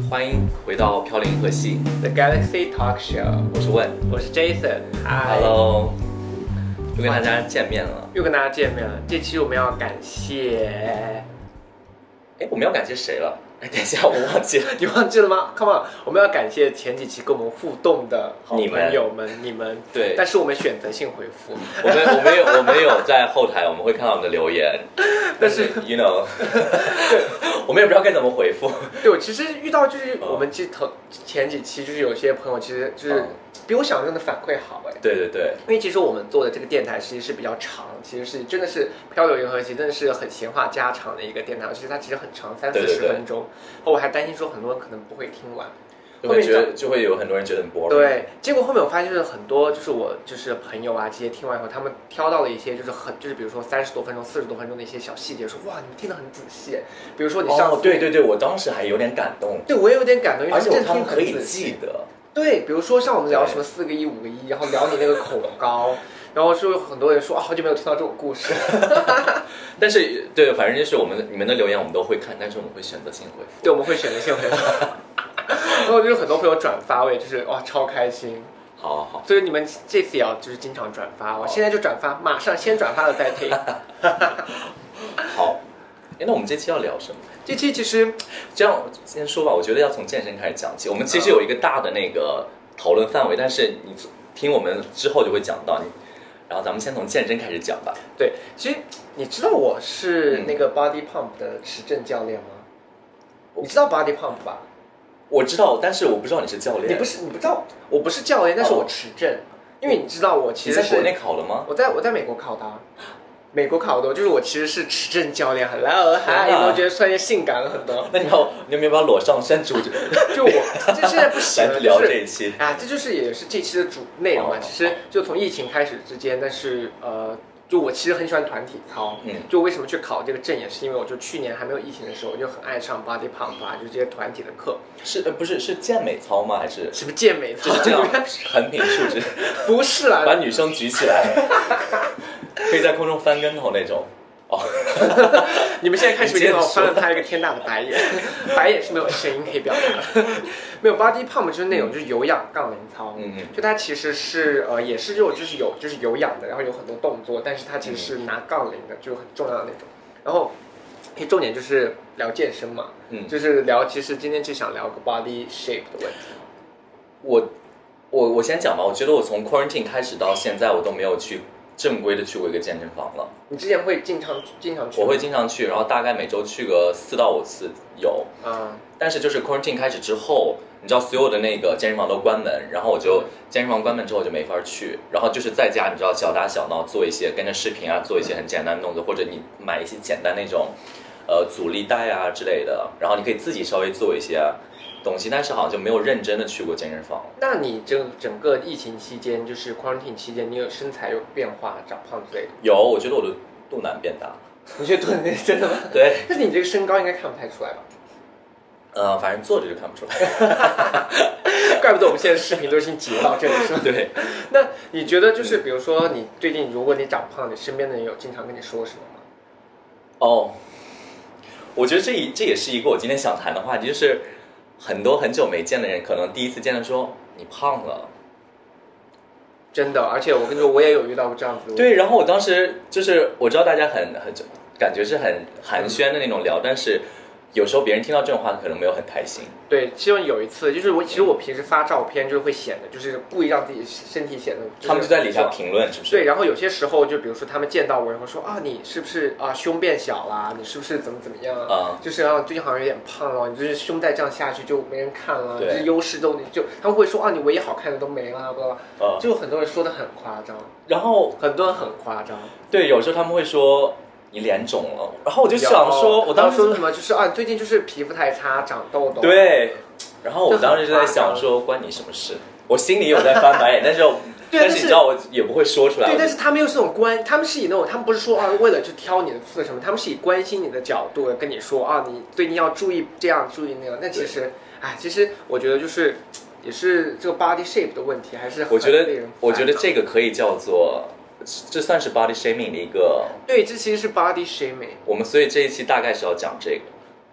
欢迎回到飘零银河系 The Galaxy Talk Show， 我是问， 我是 Jason。Hello， 又跟大家见面了。 又跟大家见面了。这期我们要感谢， 我们要感谢谁了？等一下，我忘记了。 你忘记了吗 ？Come on， 我们要感谢前几期跟我们互动的好朋友们，你们对。 但是我们选择性回复。 我们有在后台，我们会看到我们的留言，但是 you know， 我们也不知道该怎么回复。 对，我其实遇到就是我们其实前几期就是有些朋友其实就是比我想象中的反馈好哎。 对对对， 因为其实我们做的这个电台其实是比较长，其实是真的是漂流银河系，真的是很闲话家常的一个电台，其实它其实很长，30-40分钟。我还担心说很多人可能不会听完， 就会有很多人觉得很 boring。 对，结果后面我发现就是很多就是我就是朋友啊，这些听完以后，他们挑到了一些就是比如说30多分钟、40多分钟的一些小细节，说哇你们听得很仔细。比如说你上次对对对，我当时还有点感动。 对，我也有点感动，因为他们可以记得。 对，比如说像我们聊什么4个1、5个1，然后聊你那个口高，然后说有很多人说好久没有听到这种故事。 但是对，反正就是你们的留言我们都会看，但是我们会选择性回复。 对，我们会选择性回复。然后就是很多朋友转发，我也就是哇超开心。 好， 所以你们这次也要就是经常转发，我现在就转发，马上先转发了再听。 好，那我们这期要聊什么？ 这期其实这样先说吧，我觉得要从健身开始讲起。我们其实有一个大的那个讨论范围，但是你听我们之后就会讲到你。然后咱们先从健身开始讲吧。 对，其实你知道我是那个 Body Pump 的持证教练吗？你知道 Body Pump 吧？ 我知道，但是我不知道你是教练。 你不知道，我不是教练，但是我持证。因为你知道我其实是你在国内考了吗？ 我在美国考的。美国考的，就是我其实是持证教练。Hello， 嗨，有没有觉得突然间性感了很多？ 那你有没有把裸上身主？ 就我，这现在不行了。 聊这一期啊，这就是也是这期的主内容嘛。其实就从疫情开始之间，但是就我其实很喜欢团体操。就为什么去考这个证，也是因为我就去年还没有疫情的时候，我就很爱上 Body Pump 啊，就是这些团体的课。 不是健美操吗？还是什么健美操？ 就是这样横平竖直？ 不是啦， 把女生举起来，可以在空中翻跟头那种。 你们现在看视频，我翻了他一个天大的白眼，白眼是没有声音可以表达的。没有 Body Pump 就是那种就是有氧杠铃操，就它其实是也是就是有氧的，然后有很多动作，但是它其实是拿杠铃的，就是很重要的那种。然后重点就是聊健身嘛，就是聊，其实今天就想聊个 body shape 的问题。 我先讲吧，我觉得我从 quarantine 开始到现在，我都没有正规的去过一个健身房了。 你之前会经常去？ 我会经常去，然后大概每周去个4到5次有。但是就是 quarantine 开始之后，你知道所有的那个健身房都关门，然后我就健身房关门之后就没法去，然后就是在家你知道小打小闹，做一些跟着视频啊，做一些很简单的动作，或者你买一些简单那种阻力带啊之类的，然后你可以自己稍微做一些东西，但是好像就没有认真的去过健身房。 那你整个疫情期间，就是 quarantine 期间，你有身材有变化、长胖之类的？ 有，我觉得我的肚腩变大。 你觉得肚腩真的吗？ 对。 但是你这个身高应该看不太出来吧？ 反正坐着就看不出来。 怪不得我们现在视频都已经截到这里是吧？ 对。 那你觉得就是比如说你最近如果你长胖，你身边的人有经常跟你说什么吗？ 我觉得这也是一个我今天想谈的话题，就是很多很久没见的人，可能第一次见的说你胖了。 真的，而且我跟你说，我也有遇到过这样子的。 对，然后我当时就是我知道大家很感觉是很寒暄的那种聊，但是有时候别人听到这种话可能没有很开心。 对，其实有一次就是其实我平时发照片就是会显得就是故意让自己身体显得、就是， 他们就在底下评论是不是？ 对，然后有些时候就比如说他们见到我，然后说你是不是胸变小啦？你是不是怎么样就是最近好像有点胖了，你就是胸再这样下去就没人看了，就是优势都就他们会说你唯一好看的都没了，就很多人说的很夸张， 然后很多人很夸张。 对，有时候他们会说你脸肿了，然后我就想说，我当时说什么就是最近就是皮肤太差，长痘痘。 对，然后我当时就在想说，关你什么事？我心里有在翻白眼，但是你知道我也不会说出来。 对，但是他们又是这种他们是以那种，他们不是说为了去挑你的刺什么，他们是以关心你的角度跟你说你最近要注意这样注意那样。那其实我觉得就是也是这个 body shape 的问题，还是很令人我觉得这个可以叫做。这算是 body shaming 的一个， 对，这其实是 body shaming。 所以这一期大概是要讲这个。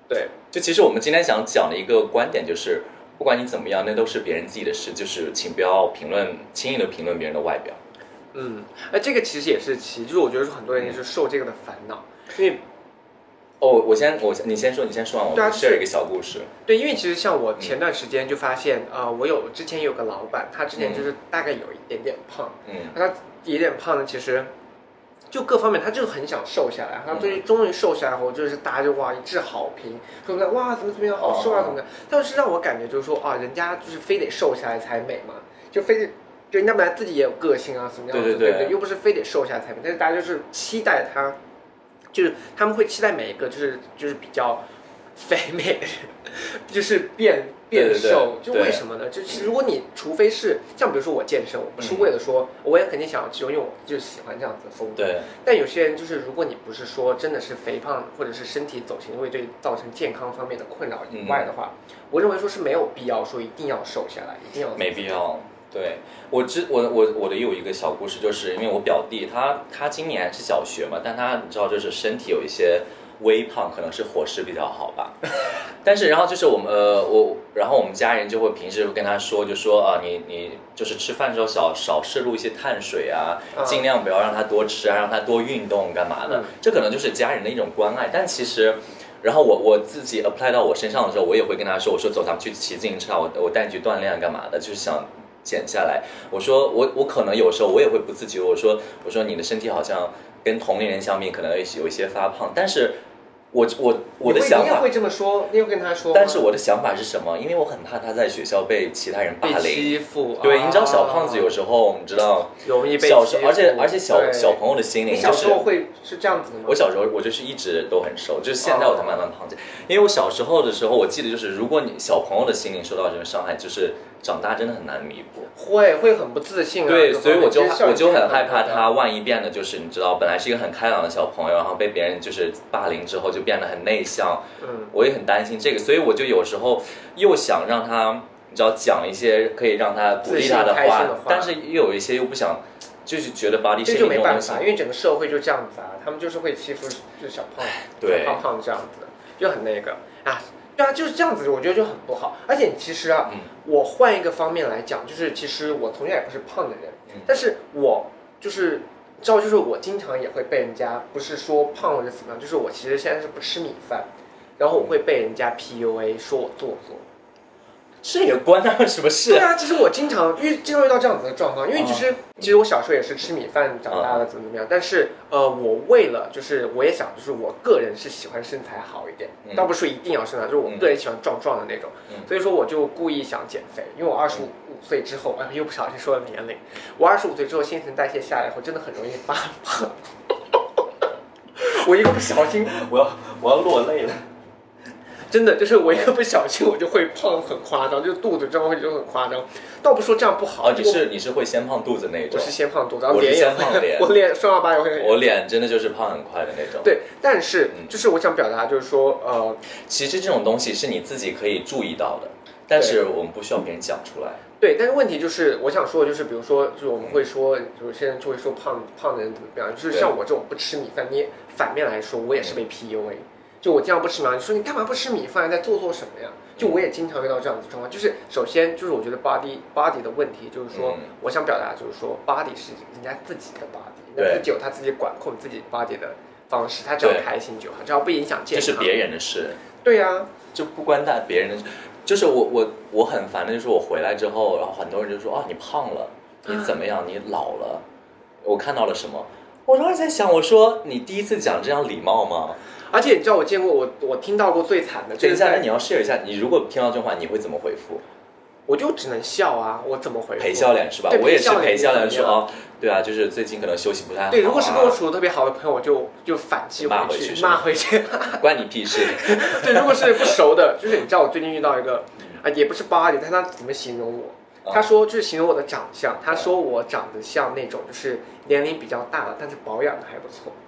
对， 就其实我们今天想讲的一个观点就是，不管你怎么样，那都是别人自己的事，就是请不要轻易的评论别人的外表。 这个其实也是就是我觉得说很多人也是受这个的烦恼，因为你先说完，我share一个小故事。 对，因为其实像我前段时间就发现，我之前有个老板，他之前就是大概有一点点胖，他有点胖呢，其实就各方面他就很想瘦下来，他终于瘦下来后，就是大家就哇一致好评，说哇怎么样好瘦啊怎么样，但是让我感觉就是说人家就是非得瘦下来才美嘛，就人家本来自己也有个性啊什么样子，对，又不是非得瘦下来才美，但是大家就是期待他。就是他们会期待每一个就是比较肥美的人，就是变瘦，就为什么呢？就是如果你除非是像比如说我健身，我不是为了说我也肯定想要肌肉，因为我就喜欢这样子的风格。 对。 但有些人就是如果你不是说真的是肥胖或者是身体走形会对造成健康方面的困扰以外的话，我认为说是没有必要说一定要瘦下来，一定要没必要。对，我的有一个小故事，就是因为我表弟他今年是小学嘛，但他你知道就是身体有一些微胖，可能是伙食比较好吧。但是然后就是然后我们家人就会平时会跟他说，就说你就是吃饭的时候少摄入一些碳水啊，尽量不要让他多吃啊，让他多运动干嘛的。这可能就是家人的一种关爱，但其实。然后我自己 apply 到我身上的时候，我也会跟他说，我说走，咱们去骑自行车，我带你去锻炼干嘛的，就是想减下来。我说我可能有时候我也会不自觉，我说你的身体好像跟同龄人相比可能有一些发胖，但是我的想法， 你也会这么说，你有跟他说吗？ 但是我的想法是什么？因为我很怕他在学校被其他人霸凌、 欺负。 对，你知道小胖子有时候你知道容易被欺负， 而且小朋友的心灵， 你小时候会是这样子的吗？ 我小时候我就是一直都很瘦，就是现在我才慢慢胖起来。因为我小时候的时候，我记得就是如果你小朋友的心灵受到这种伤害，就是长大真的很难弥补， 会很不自信啊。 对，所以我就很害怕他万一变得就是你知道，本来是一个很开朗的小朋友，然后被别人就是霸凌之后就变得很内向。我也很担心这个，所以我就有时候又想让他你知道讲一些可以让他鼓励他的话，但是又有一些又不想，就是觉得 body shaming 这就没办法，因为整个社会就这样子啊，他们就是会欺负就是小胖这样子的，就很那个啊。对啊，就是这样子，我觉得就很不好。而且其实我换一个方面来讲，就是其实我从小也不是胖的人，但是我就是知道，就是我经常也会被人家不是说胖或者怎么样，就是我其实现在是不吃米饭，然后我会被人家 PUA 说我做作。 这也关他们什么事？ 对啊，其实我经常遇到这样子的状况，因为其实我小时候也是吃米饭长大的，怎么样？但是我为了就是我也想，就是我个人是喜欢身材好一点，倒不是说一定要身材，就是我个人喜欢壮壮的那种，所以说我就故意想减肥，因为我25岁之后，又不小心说了年龄，我25岁之后新陈代谢下来后，真的很容易发胖。我一个不小心， 我要落泪了。 真的就是我一个不小心，我就会胖很夸张，就肚子这样会就很夸张。倒不说这样不好， 你是会先胖肚子那种。 我是先胖肚子，然后脸也胖脸， 我脸双下巴也会。 我脸真的就是胖很快的那种。 对，但是就是我想表达就是说， 其实这种东西是你自己可以注意到的，但是我们不需要别人讲出来。 对，但是问题就是我想说的就是，比如说，就是我们会说，有些人就会说胖的人怎么样，就是像我这种不吃米饭，你反面来说，我也是被 PUA。就我经常不吃米饭，你说你干嘛不吃米饭，在做什么呀？就我也经常遇到这样子的状况。就是首先就是我觉得 body 的问题，就是说我想表达就是说 body 是人家自己的 body， 那自己有他自己管控自己 body 的方式，他只要开心就好，只要不影响健康。 这是别人的事。 对呀， 就不关别人的。就是我很烦的，就是我回来之后，然后很多人就说你胖了，你怎么样，你老了，我看到了什么？我当时在想，我说你第一次讲这样礼貌吗？ 而且你知道我见过我听到过最惨的， 等一下，那你要 share 一下，你如果听到这话，你会怎么回复？ 我就只能笑啊，我怎么回复？ 陪笑脸是吧？我也是陪笑脸说对啊，就是最近可能休息不太好。 对，如果是跟我处的特别好的朋友，我就反击骂回去， 关你屁事。 对，如果是不熟的，就是你知道我最近遇到一个也不是body，但他怎么形容我？他说就是形容我的长相，他说我长得像那种就是年龄比较大了，但是保养的还不错。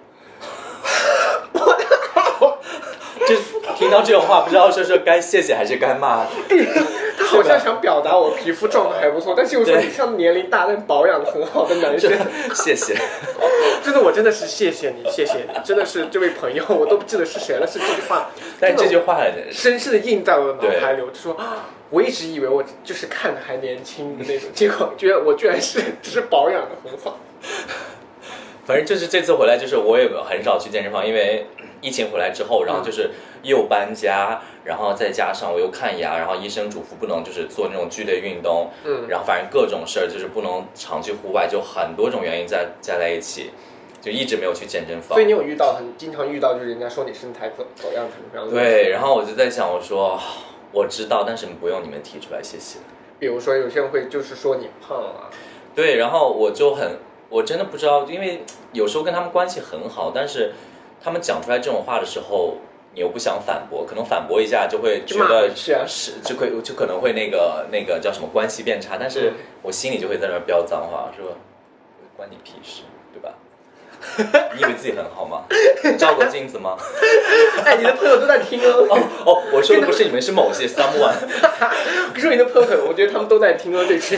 就听到这种话，不知道说该谢谢还是该骂。 他好像想表达我皮肤状态还不错，但是又说你像年龄大但保养的很好的男生。 谢谢。 真的，我真的是谢谢你，谢谢你，真的是这位朋友，我都不记得是谁了，是这句话。 但这句话深深的印在我的脑海里，我就说，我一直以为我就是看的还年轻的那种，结果觉得我居然是只是保养的很好。 反正就是这次回来，就是我也很少去健身房，因为疫情回来之后，然后就是又搬家，然后再加上我又看牙，然后医生嘱咐不能就是做那种剧烈运动，然后反正各种事儿就是不能常去户外，就很多种原因加在一起，就一直没有去健身房。 所以你有经常遇到就是人家说你身材走样怎么样？ 对，然后我就在想，我说我知道，但是不用你们提出来，谢谢。 比如说有些人会就是说你胖啊， 对，然后我真的不知道，因为有时候跟他们关系很好，但是他们讲出来这种话的时候，你又不想反驳，可能反驳一下就会觉得就可能会那个叫什么关系变差，但是我心里就会在那儿飙脏话，说关你屁事，对吧？你以为自己很好吗？你照过镜子吗？ 哎，你的朋友都在听哦，我说的不是你们，是某些 someone。 可是你的朋友，我觉得他们都在听这句。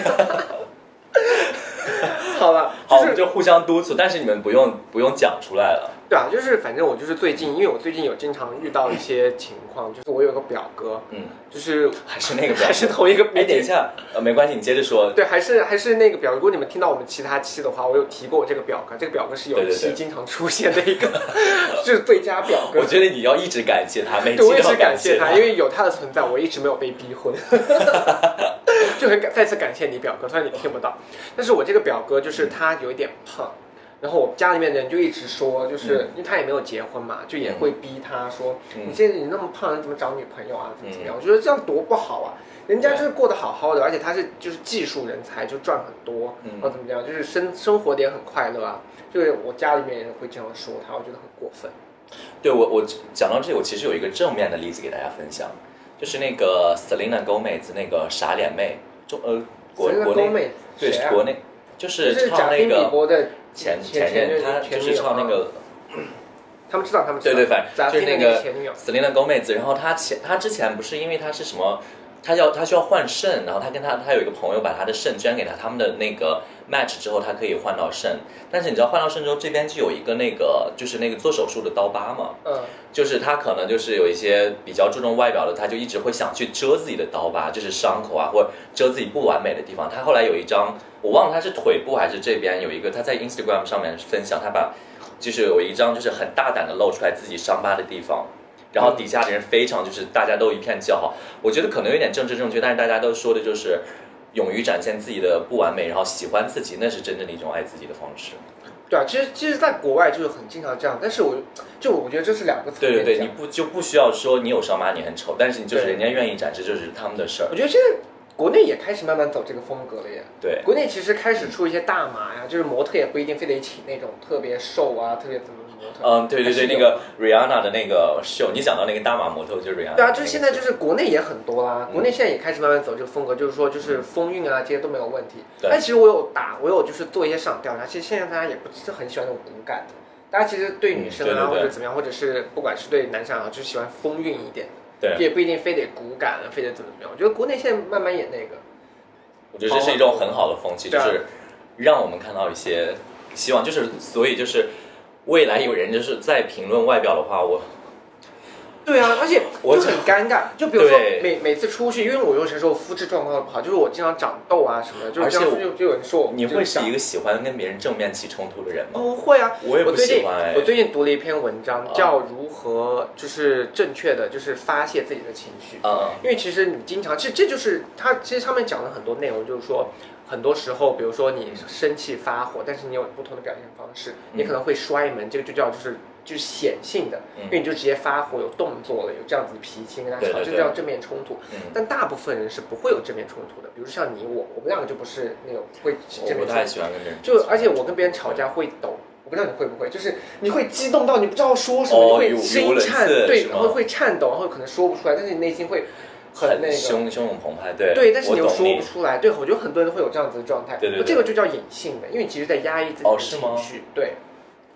好了， 好，我们就互相督促，但是你们不用讲出来了。 对啊，就是反正我就是最近，因为我最近有经常遇到一些情况，就是我有个表哥，就是还是那个表哥， 还是同一个。 哎，等一下，没关系，你接着说。 对，还是那个表哥。如果你们听到我们其他期的话，我有提过这个表哥，这个表哥是有一期经常出现的一个，就是最佳表哥。 我觉得你要一直感谢他，每期都要感谢他，因为有他的存在，我一直没有被逼婚。就很再次感谢你表哥，虽然你听不到，但是我这个表哥就是他有一点胖。然后我家里面的人就一直说，就是因为他也没有结婚嘛，就也会逼他说，你现在你那么胖，你怎么找女朋友啊？怎么样？我觉得这样多不好啊！人家就是过得好好的，而且他是就是技术人才，就赚很多，或怎么样，就是生活的也很快乐啊。就是我家里面人会这样说他，我觉得很过分。 对我讲到这里，我其实有一个正面的例子给大家分享，就是那个 Selena Gomez 那个傻脸妹，国内对国内就是唱那个。前任，他就是唱那个， 他们知道， 对，反正就是那个 Selena Gomez， 然后他之前不是因为他是什么，他需要换肾，然后他有一个朋友把他的肾捐给他们的那个 match 之后，他可以换到肾，但是你知道换到肾之后，这边就有一个那个就是那个做手术的刀疤嘛，就是他可能就是有一些比较注重外表的，他就一直会想去遮自己的刀疤，就是伤口啊，或者遮自己不完美的地方。他后来有一张，我忘了他是腿部还是这边有一个，他在 Instagram 上面分享，他把就是有一张就是很大胆的露出来自己伤疤的地方，然后底下的人非常就是大家都一片叫好。我觉得可能有点政治正确，但是大家都说的就是勇于展现自己的不完美，然后喜欢自己，那是真正的一种爱自己的方式。 对啊，其实在国外就是很经常这样，但是我觉得这是两个层面。 对，你不需要说你有伤疤你很丑，但是你就是人家愿意展示，就是他们的事儿。 我觉得现在国内也开始慢慢走这个风格了耶。 对， 国内其实开始出一些大码呀，就是模特也不一定非得请那种特别瘦啊，特别怎么模特。 对，那个 Rihanna 的那个秀，你讲到那个大码模特就是 Rihanna。 对啊，就是现在就是国内也很多啦，国内现在也开始慢慢走这个风格，就是说就是风韵啊这些都没有问题。但其实我有就是做一些市场调查，其实现在大家也不是很喜欢那种骨感的，大家其实对女生啊或者怎么样，或者是不管是对男生啊，就喜欢风韵一点。 对， 也不一定非得骨感，非得怎么样。我觉得国内现在慢慢也那个， 我觉得这是一种很好的风气，就是让我们看到一些希望。所以未来有人就是在评论外表的话， 对啊，而且就很尴尬。就比如说每次出去，因为我有些时候肤质状况不好，就是我经常长痘啊什么的，就是就有人说我。 你会是一个喜欢跟别人正面起冲突的人吗？ 不会啊， 我也不喜欢。 我最近读了一篇文章，叫如何就是正确的就是发泄自己的情绪。因为其实你经常，其实这就是其实上面讲了很多内容，就是说。很多时候，比如说你生气发火，但是你有不同的表现方式，你可能会摔门，这个就叫就是显性的，因为你就直接发火，有动作了，有这样子的脾气跟他吵，这叫正面冲突。但大部分人是不会有正面冲突的，比如像你我们两个就不是那种会正面冲突。 我不太喜欢跟别人而且我跟别人吵架会抖，我不知道你会不会，就是你会激动到你不知道说什么，你会声音颤，对，然后会颤抖，然后可能说不出来，但是你内心会。很那个汹涌澎湃， 对，但是你又说不出来，对，我觉得很多人都会有这样子的状态， 对， 这个就叫隐性的，因为其实在压抑自己的情绪，对。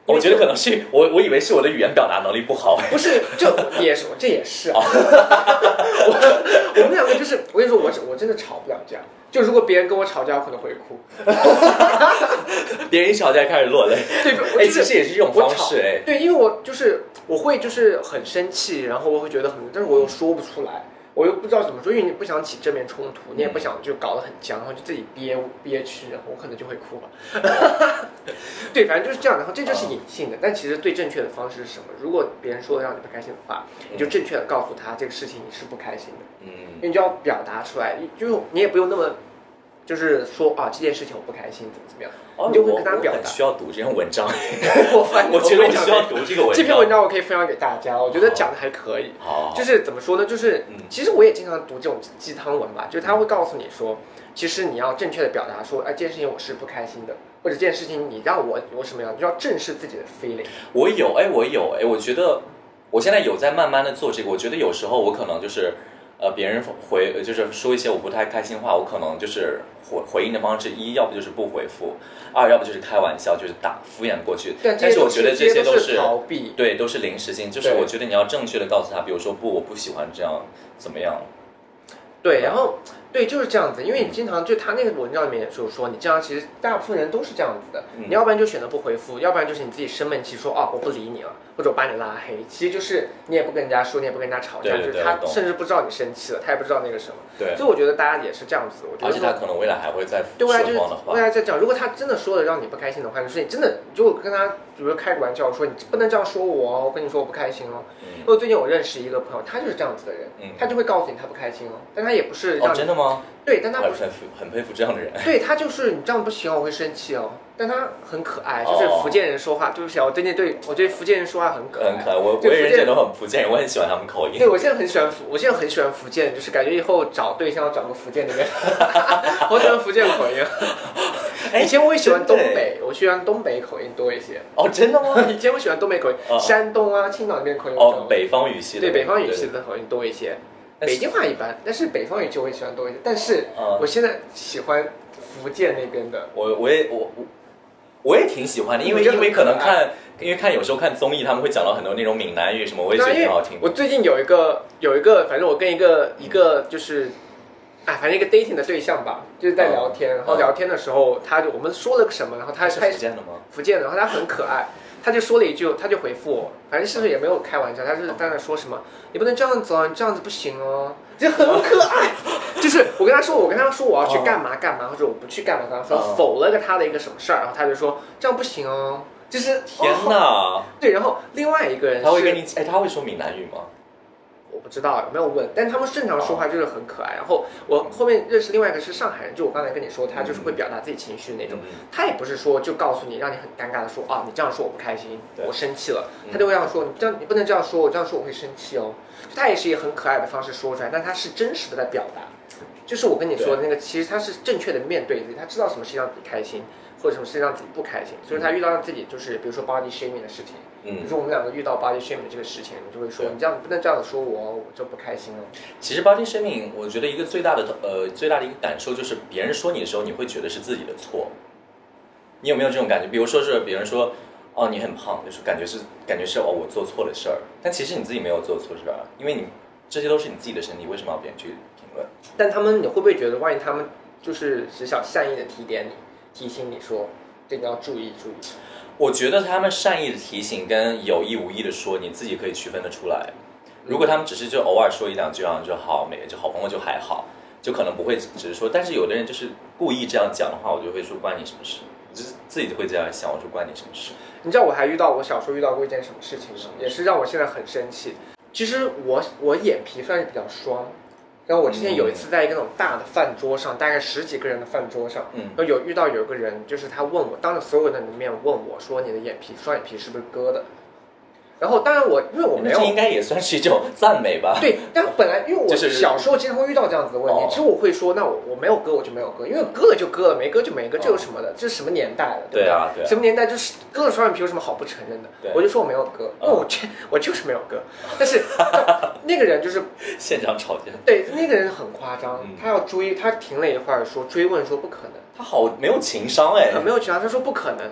我觉得可能是我以为是我的语言表达能力不好。 不是，这也是啊。我们两个就是，我跟你说，我真的吵不了架。就如果别人跟我吵架，我可能会哭。 别人一吵架开始落泪， 对， 其实也是这种方式哎。 对，因为我会很生气，然后我会觉得但是我又说不出来。我又不知道怎么说，因为你不想起正面冲突，你也不想就搞得很僵，然后就自己憋屈，然后我可能就会哭吧。对，反正就是这样，然后这就是隐性的，但其实最正确的方式是什么？如果别人说让你不开心的话，你就正确的告诉他这个事情你是不开心的，因为你就要表达出来，就你也不用那么就是说啊这件事情我不开心怎么样。你就会跟他表达。 我很需要读这篇文章。 我觉得我需要读这个文章。 这篇文章我可以分享给大家，我觉得讲的还可以。就是怎么说呢？就是其实我也经常读这种鸡汤文吧，就是他会告诉你说，其实你要正确的表达说，哎，这件事情我是不开心的，或者这件事情你让我什么样，你就要正视自己的 feeling。我有， 我觉得我现在有在慢慢的做这个。我觉得有时候我可能就是别人就是说一些我不太开心话，我可能就是回应的方式一，要不就是不回复，二要不就是开玩笑，就是敷衍过去。但是我觉得这些都是逃避， 对，都是临时性。就是我觉得你要正确的告诉他，比如说不，我不喜欢这样，怎么样？ 对，然后对，就是这样子。因为你经常就他那个文章里面也就是说，你这样其实大部分人都是这样子的。你要不然就选择不回复，要不然就是你自己生闷气说啊我不理你了，或者我把你拉黑。其实就是你也不跟人家说，你也不跟人家吵架，就是他甚至不知道你生气了，他也不知道那个什么。 对， 所以我觉得大家也是这样子。我觉得而且他可能未来还会再对，未来再讲。如果他真的说了让你不开心的话，就是你真的就跟他比如开个玩笑说你不能这样说我哦，我跟你说我不开心哦。因为最近我认识一个朋友，他就是这样子的人，他就会告诉你他不开心哦，但他也不是让真的吗？ 对，但他很佩服这样的人。 对，他就是你这样不行我会生气哦。但他很可爱，就是福建人说话，对不起，我最近我觉得福建人说话很可爱。 我也人人都很福建人，我很喜欢他们口音。 对，我现在很喜欢福建，就是感觉以后找对象要找个福建那边。我喜欢福建口音。以前我也喜欢东北，我喜欢东北口音多一些。 哦，真的吗？ 以前我喜欢东北口音，山东啊、青岛那边口音。 北方语系的。 对，北方语系的口音多一些。北京话一般，但是北方语系我也喜欢多一些。但是我现在喜欢福建那边的。 我也挺喜欢的，因为可能看有时候看综艺，他们会讲到很多那种闽南语什么，我也觉得挺好听的。 我最近有一个，反正我跟一个就是，反正一个 dating 的对象吧，就是在聊天，然后聊天的时候，我们说了个什么，然后他是福建的吗？ 福建的，然后他很可爱，他就说了一句，他就回复我，反正是不是也没有开玩笑，他是在那说什么，你不能这样子哦，你这样子不行哦，就很可爱。就是我跟他说我要去干嘛，或者我不去干嘛，说否了他的一个什么事儿，然后他就说这样不行哦，就是天哪。 对，然后另外一个人他会跟你他会说闽南语吗？ 我不知道有没有问，但他们正常说话就是很可爱。然后我后面认识另外一个是上海人，就我刚才跟你说，他就是会表达自己情绪的那种。他也不是说就告诉你让你很尴尬的说啊，你这样说我不开心，我生气了。他就会这样说，你不能这样说，我这样说我会生气哦。他也是以很可爱的方式说出来，但他是真实的在表达。就是我跟你说的那个，其实他是正确的面对自己，他知道什么事让自己开心，或者什么事让自己不开心。所以他遇到自己就是比如说 body shaming 的事情。比如说我们两个遇到 body shaming 这个事情，你就会说你这样不能这样子说我就不开心了。 其实 body shaming 我觉得一个最大的一个感受就是别人说你的时候，你会觉得是自己的错。你有没有这种感觉？比如说是别人说哦你很胖，就是感觉是哦我做错了事儿，但其实你自己没有做错事儿，因为这些都是你自己的身体，为什么要别人去评论？ 但你会不会觉得，万一他们就是只想善意的提点你，提醒你说这个要注意？ 我觉得他们善意的提醒跟有意无意的说，你自己可以区分得出来。如果他们只是就偶尔说一两句就好，每个就好朋友就还好，就可能不会只是说。但是有的人就是故意这样讲的话，我就会说关你什么事？我就是自己会这样想，我说关你什么事？ 你知道我小时候遇到过一件什么事情吗？也是让我现在很生气。其实我眼皮算是比较双。然后我之前有一次在一个那种大的饭桌上，大概10几个人的饭桌上，然后遇到有一个人，就是他问我，当着所有人的面问我说：“你的双眼皮是不是割的？”然后当然因为我没有， 这应该也算是一种赞美吧。 对，但本来因为我小时候经常会遇到这样子的问题，其实我会说，那我没有割我就没有割，因为割了就割了，没割就没割，这有什么的？这是什么年代了？ 对啊， 什么年代就是割了双眼皮有什么好不承认的？我就说我没有割，因为我就是没有割。但是那个人就是现场吵架。 对，那个人很夸张，他停了一会儿说追问说不可能， 他好没有情商哎， 没有情商，他说不可能。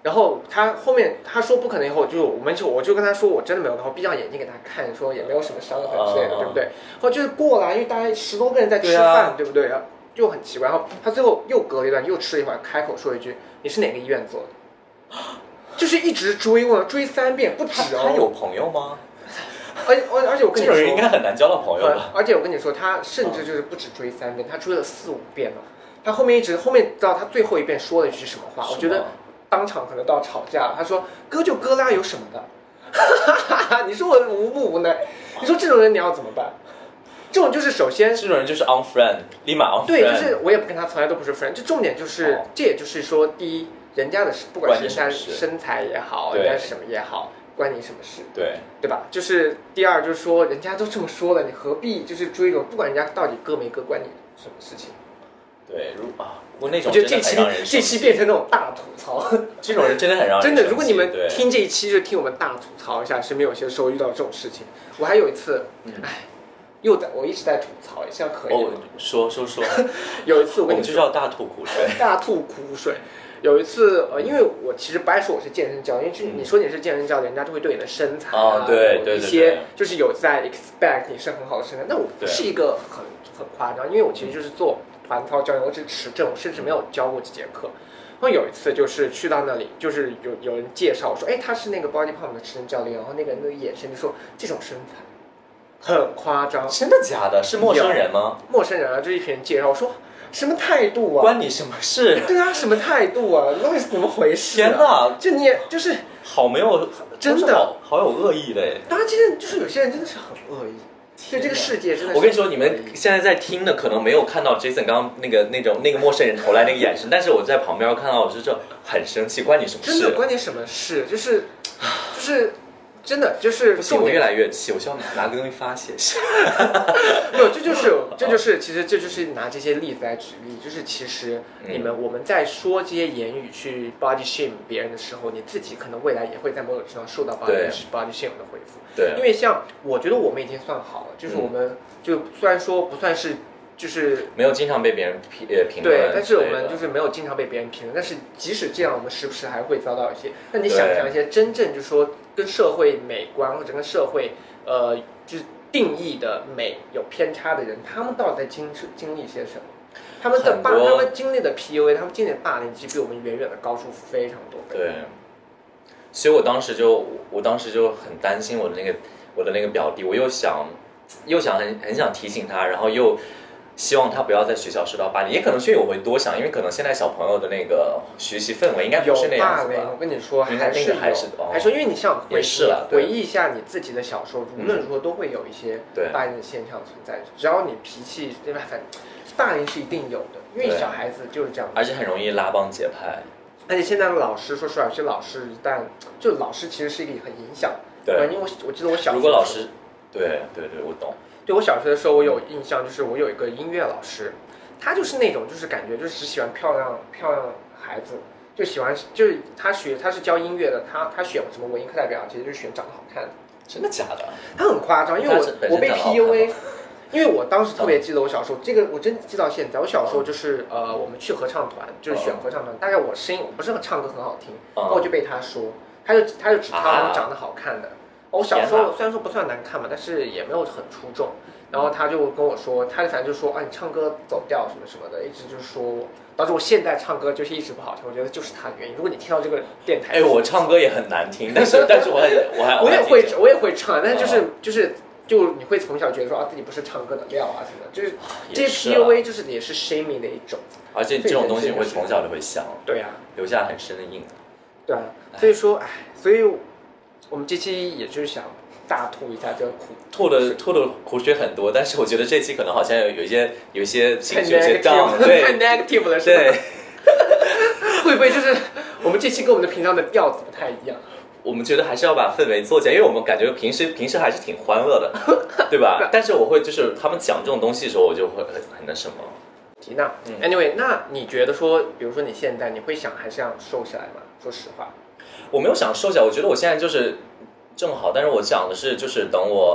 然后他后面他说不可能以后，我就跟他说我真的没有，然后闭上眼睛给他看，说也没有什么伤痕之类的，对不对？然后就是过了，因为大概10多个人在吃饭，对不对？就很奇怪。然后他最后又隔了一段，又吃了一会儿，开口说一句：“你是哪个医院做的？”就是一直追问，追3遍不止哦。 他有朋友吗？ 而且我跟你说， 这种人应该很难交到朋友吧？ 而且我跟你说，他甚至就是不止追3遍，他追了4、5遍了。他后面知道他最后一遍说了一句什么话，我觉得当场可能都要吵架了。他说：“割就割啦，有什么的？”你说我无不无奈？你说这种人你要怎么办？这种就是首先， 这种人就是 unfriend， 立马 unfriend。 对，就是我也不跟他从来都不是 friend。就重点就是，这也就是说，第一，人家的不管是他身材也好，人家什么也好，关你什么事？对吧？就是第二，就是说人家都这么说了，你何必就是追着？不管人家到底割没割，关你什么事情？ 对，不过那种真的很让人这期变成那种大吐槽， 这种人真的很让人真的。如果你们听这一期就听我们大吐槽一下，身边有些时候遇到这种事情。我还有一次，我一直在吐槽，这样可以吗？ 说。 有一次我跟你就叫大吐苦水。 大吐苦水。有一次，因为我其实不爱说我是健身教练，因为你说你是健身教练，人家就会对你的身材对一些就是有在 expect 你是很好的身材。那我不是一个很夸张，因为我其实就是做团操教练，我只持证，我甚至没有教过几节课。然后有一次就是去到那里，就是有人介绍说，他是那个 Body Pump 的持证教练，然后那个人的眼神就说这种身材很夸张。 真的假的？是陌生人吗？ 陌生人啊，就一群人介绍，我说什么态度啊？ 关你什么事？ 对啊，什么态度啊？那是怎么回事？ 天哪！ 就你也就是好没有， 真的好有恶意的。 当然，其实就是有些人真的是很恶意。对这个世界真的， 我跟你说，你们现在在听的可能没有看到 Jason 刚刚那个陌生人投来那个眼神，但是我在旁边看到，我就是很生气，关你什么事？ 真的关你什么事？就是真的就是不行，我越来越气，我需要拿个东西发泄一下。 没有，这就是其实这就是拿这些例子来举例，就是其实我们在说这些言语去 body shame 别人的时候，你自己可能未来也会在某种程度上受到 body shame 的回复。 对， 因为像我觉得我们已经算好了，就是我们就虽然说不算是。就是没有经常被别人评论， 对，但是我们就是没有经常被别人评论。但是即使这样，我们时不时还会遭到一些。那你想象一些真正就是说跟社会美观或者跟社会就是定义的美有偏差的人，他们到底在经历些什么？他们经历的 PUA， 他们经历的霸凌，其实比我们远远的高出非常多。 对，所以我当时就很担心我的那个表弟，我又想很想提醒他，然后又希望他不要在学校受到霸凌，也可能是因为我会多想，因为可能现在小朋友的那个学习氛围应该不是那样子吧。 我跟你说，还是因为你想回忆一下你自己的小时候，无论如何都会有一些霸凌的现象存在。只要你脾气对吧，反正霸凌是一定有的，因为小孩子就是这样， 而且很容易拉帮结派。 而且现在的老师，说实话，有些老师一旦老师其实是一个很影响。 对， 因为我记得我小时候， 如果老师，对，我懂。 对，我小学的时候，我有印象，就是我有一个音乐老师，他就是那种就是感觉就是只喜欢漂亮孩子，就喜欢就是他是教音乐的，他选什么文艺课代表，其实就是选长得好看的。 真的假的？ 他很夸张，因为我被 PUA， 因为我当时特别记得我小时候，这个我真记到现在。我小时候就是我们去合唱团，就是选合唱团，大概我声音我不是唱歌很好听，然后我就被他说，他就只挑长得好看的。我小时候虽然说不算难看嘛，但是也没有很出众。然后他就跟我说，他反正就说你唱歌走调什么什么的，一直就说我，导致我现在唱歌就是一直不好听。我觉得就是他的原因。如果你听到这个电台， 我唱歌也很难听，但是我也会唱，但是就是你会从小觉得说自己不是唱歌的料啊什么的，就是这些 PUA 就是也是 shaming 的一种。 而且这种东西我会从小就会想， 对啊， 留下很深的印。 对啊，所以说所以我们这期也就是想大吐一下这个吐的苦水很多，但是我觉得这期可能好像有一些情绪有些 down， 对， 太 negative 了，是吧？ 对， 会不会就是我们这期跟我们的平常的调子不太一样？ 我们觉得还是要把氛围做起来，因为我们感觉平时还是挺欢乐的，对吧？但是我会就是他们讲这种东西的时候，我就会很那什么。 缇娜，anyway， 那你觉得说，比如说你现在你会想还是想瘦下来吗？说实话， 我没有想瘦下来，我觉得我现在就是正好，但是我想的是，就是等我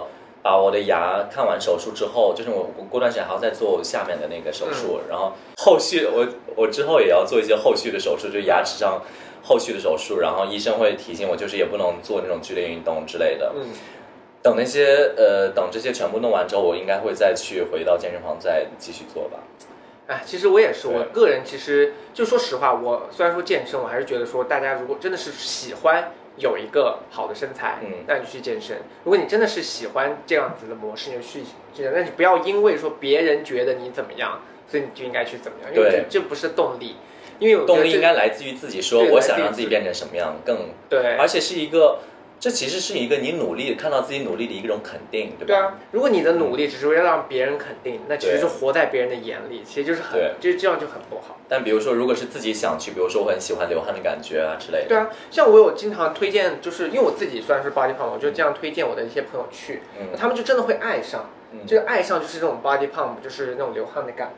把我的牙看完手术之后，就是我过段时间还要再做下面的那个手术，然后后续我之后也要做一些后续的手术，就牙齿上后续的手术，然后医生会提醒我，就是也不能做那种剧烈运动之类的。等那些等这些全部弄完之后，我应该会再去回到健身房再继续做吧。 其实我也是，我个人其实就说实话，我虽然说健身，我还是觉得说大家如果真的是喜欢有一个好的身材，那你去健身。如果你真的是喜欢这样子的模式，你就去健身。但是不要因为说别人觉得你怎么样，所以你就应该去怎么样，因为这不是动力。因为动力应该来自于自己，说我想让自己变成什么样更对， 而且是一个。这其实是一个你努力看到自己努力的一种肯定，对吧？ 对啊，如果你的努力只是为了让别人肯定，那其实是活在别人的眼里，其实就是就是这样就很不好。 但比如说，如果是自己想去，比如说我很喜欢流汗的感觉啊之类的。 对啊，像我有经常推荐，就是因为我自己虽然是 body pump， 我就这样推荐我的一些朋友去，他们就真的会爱上。这个爱上就是这种 body pump， 就是那种流汗的感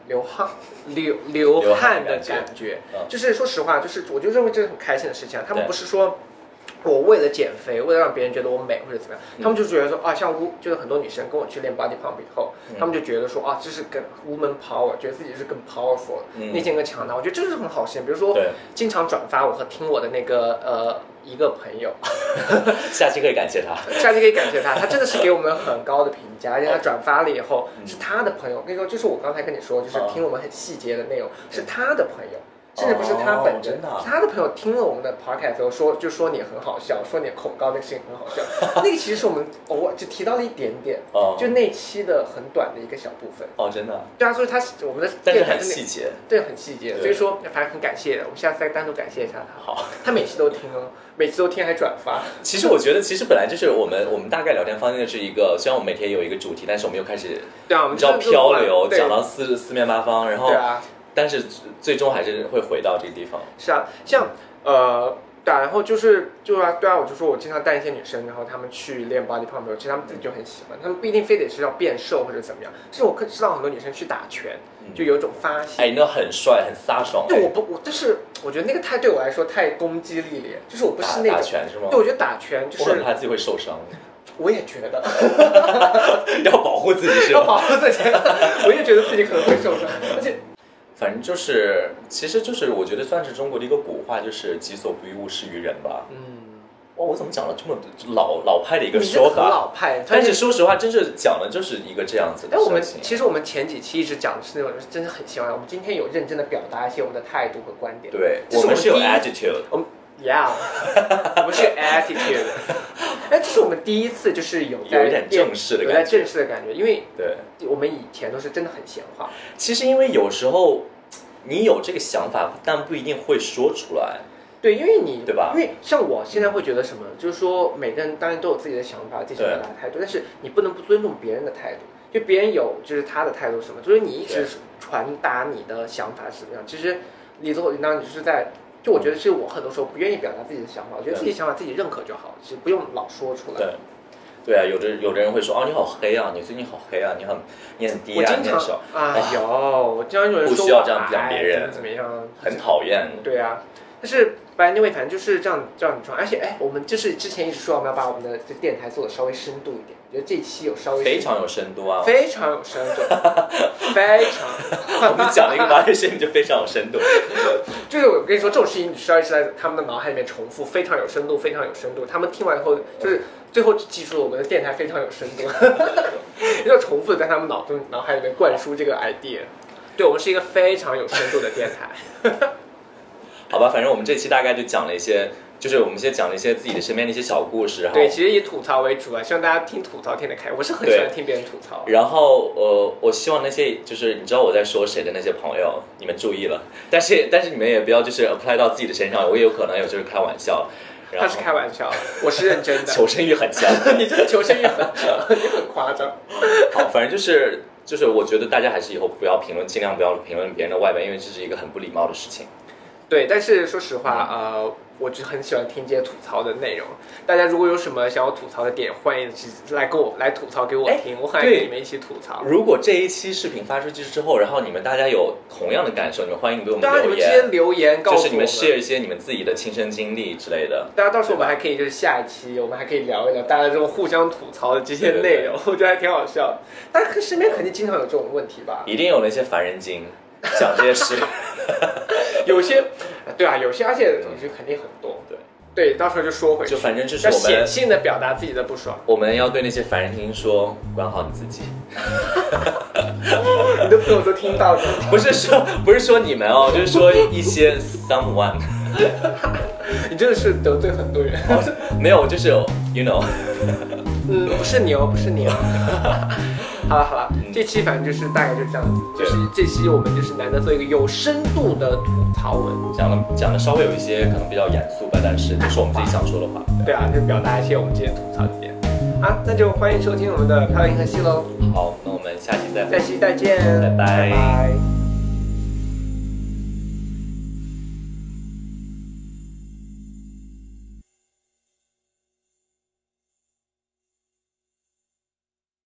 觉。就是说实话，就是我就认为这是很开心的事情。他们不是说我为了减肥，为了让别人觉得我美或者怎么样，他们就觉得说啊，像就是很多女生跟我去练 body pump 以后，他们就觉得说啊，这是跟 woman power， 觉得自己是更 powerful， 内心更强大。我觉得这是很好事情。比如说，经常转发我和听我的那个一个朋友， 下期可以感谢他， 他真的是给我们很高的评价，而且他转发了以后是他的朋友。我跟你说，就是我刚才跟你说，就是听我们很细节的内容，是他的朋友。甚至不是他本人，是他的朋友听了我们的 podcast 后就说你很好笑，说你恐高那个事情很好笑。那个其实是我们偶尔就提到了一点点，就那期的很短的一个小部分。 真的。 对啊，所以我们的但是很细节， 对，很细节。所以说反正很感谢的，我们下次再单独感谢一下他。 好， 他每期都听哦，每次都听还转发。 其实我觉得，本来就是我们大概聊天方向就是一个，虽然我们每天有一个主题，但是我们又开始你知道漂流，讲到四面八方，然后对啊。 但是最终还是会回到这个地方。 是啊，像对啊，然后对啊，我就说我经常带一些女生，然后她们去练 body pump， 其实她们自己就很喜欢，她们不一定非得是要变瘦或者怎么样。其实我知道很多女生去打拳，就有一种发泄。 那很帅，很飒爽。 对，但是我觉得那个对我来说太攻击力了，就是我不是那种打拳是吗？ 对，我觉得打拳就是我很怕自己会受伤。 我也觉得要保护自己是吧？ 要保护自己，我也觉得自己可能会受伤，而且。 反正其实我觉得算是中国的一个古话，就是己所不欲，勿施于人吧。我怎么讲了这么老派的一个说法？ 老派， 但是说实话，真是讲的就是一个这样子的事情。 其实我们前几期一直讲的是那种，真的很喜欢。我们今天有认真的表达一些我们的态度和观点。 对，我们是有 attitude。 我们是 attitude。这是我们第一次就是有点正式的感觉，因为我们以前都是真的很闲话。 其实因为有时候你有这个想法，但不一定会说出来。 对，因为你对吧？ 因为像我现在会觉得什么，就是说每个人当然都有自己的想法、自己表达的态度，但是你不能不尊重别人的态度。就别人有就是他的态度是什么，就是你一直传达你的想法是什么样，其实理所应当你就是在。就我觉得是我很多时候不愿意表达自己的想法，我觉得自己的想法自己认可就好，其实不用老说出来。 对啊，有的人会说你好黑啊，你最近好黑啊，你很低啊，你很少。 我经常有人说不需要这样讲别人， 怎么样， 很讨厌。 对啊，但是反正就是这样传，而且我们就是之前一直说我们要把我们的这电台做的稍微深度一点，我觉得这期有稍微非常有深度啊， 非常有深度，非常。 我们讲了一个8月事情就非常有深度。 就是我跟你说，这种事情你需要一直在他们的脑海里面重复，非常有深度，非常有深度。他们听完以后，就是最后记住了我们的电台非常有深度，要重复的在他们脑海里面灌输这个 idea。对，我们是一个非常有深度的电台。 好吧，反正我们这期大概就讲了一些，就是我们先讲了一些自己的身边的一些小故事。 对，其实以吐槽为主啊，希望大家听吐槽听得开。我是很喜欢听别人吐槽。 然后我希望那些就是你知道我在说谁的那些朋友，你们注意了。但是你们也不要就是 apply 到自己的身上，我也有可能有就是开玩笑。 他是开玩笑，我是认真的。 求生欲很强， 你这个求生欲很强，你很夸张。 好，反正就是我觉得大家还是以后不要评论，尽量不要评论别人的外表，因为这是一个很不礼貌的事情。 对，但是说实话， 我就很喜欢听这些吐槽的内容。大家如果有什么想要吐槽的点，欢迎来吐槽给我听，我很爱跟你们一起吐槽。 如果这一期视频发出去之后，然后你们大家有同样的感受，你们欢迎给我们留言。 你们直接留言告诉我们， 就是你们 share 一些你们自己的亲身经历之类的。 大家到时候我们还可以就是下一期我们还可以聊一聊大家这种互相吐槽的这些内容，我觉得还挺好笑的。大家身边肯定经常有这种问题吧？ 一定有那些烦人精讲这些事。 有些，对啊，有些而且东西肯定很多，对，到时候就说回去， 就反正就是我们要显性的表达自己的不爽。 我们要对那些烦人精说，管好你自己。 你的朋友都听到的， 不是说你们哦，就是说一些 someone。 你真的是得罪很多人。 没有，就是 you know。 不是你哦，不是你哦。好了，这期反正就是大概就这样子，就是这期我们就是难得做一个有深度的吐槽文， 讲的稍微有一些可能比较严肃吧，但是就是我们自己想说的话。 对啊，就表达一些我们这些吐槽的点。好，那就欢迎收听我们的漂亮银河系喽。 好，那我们下期再见， 拜拜。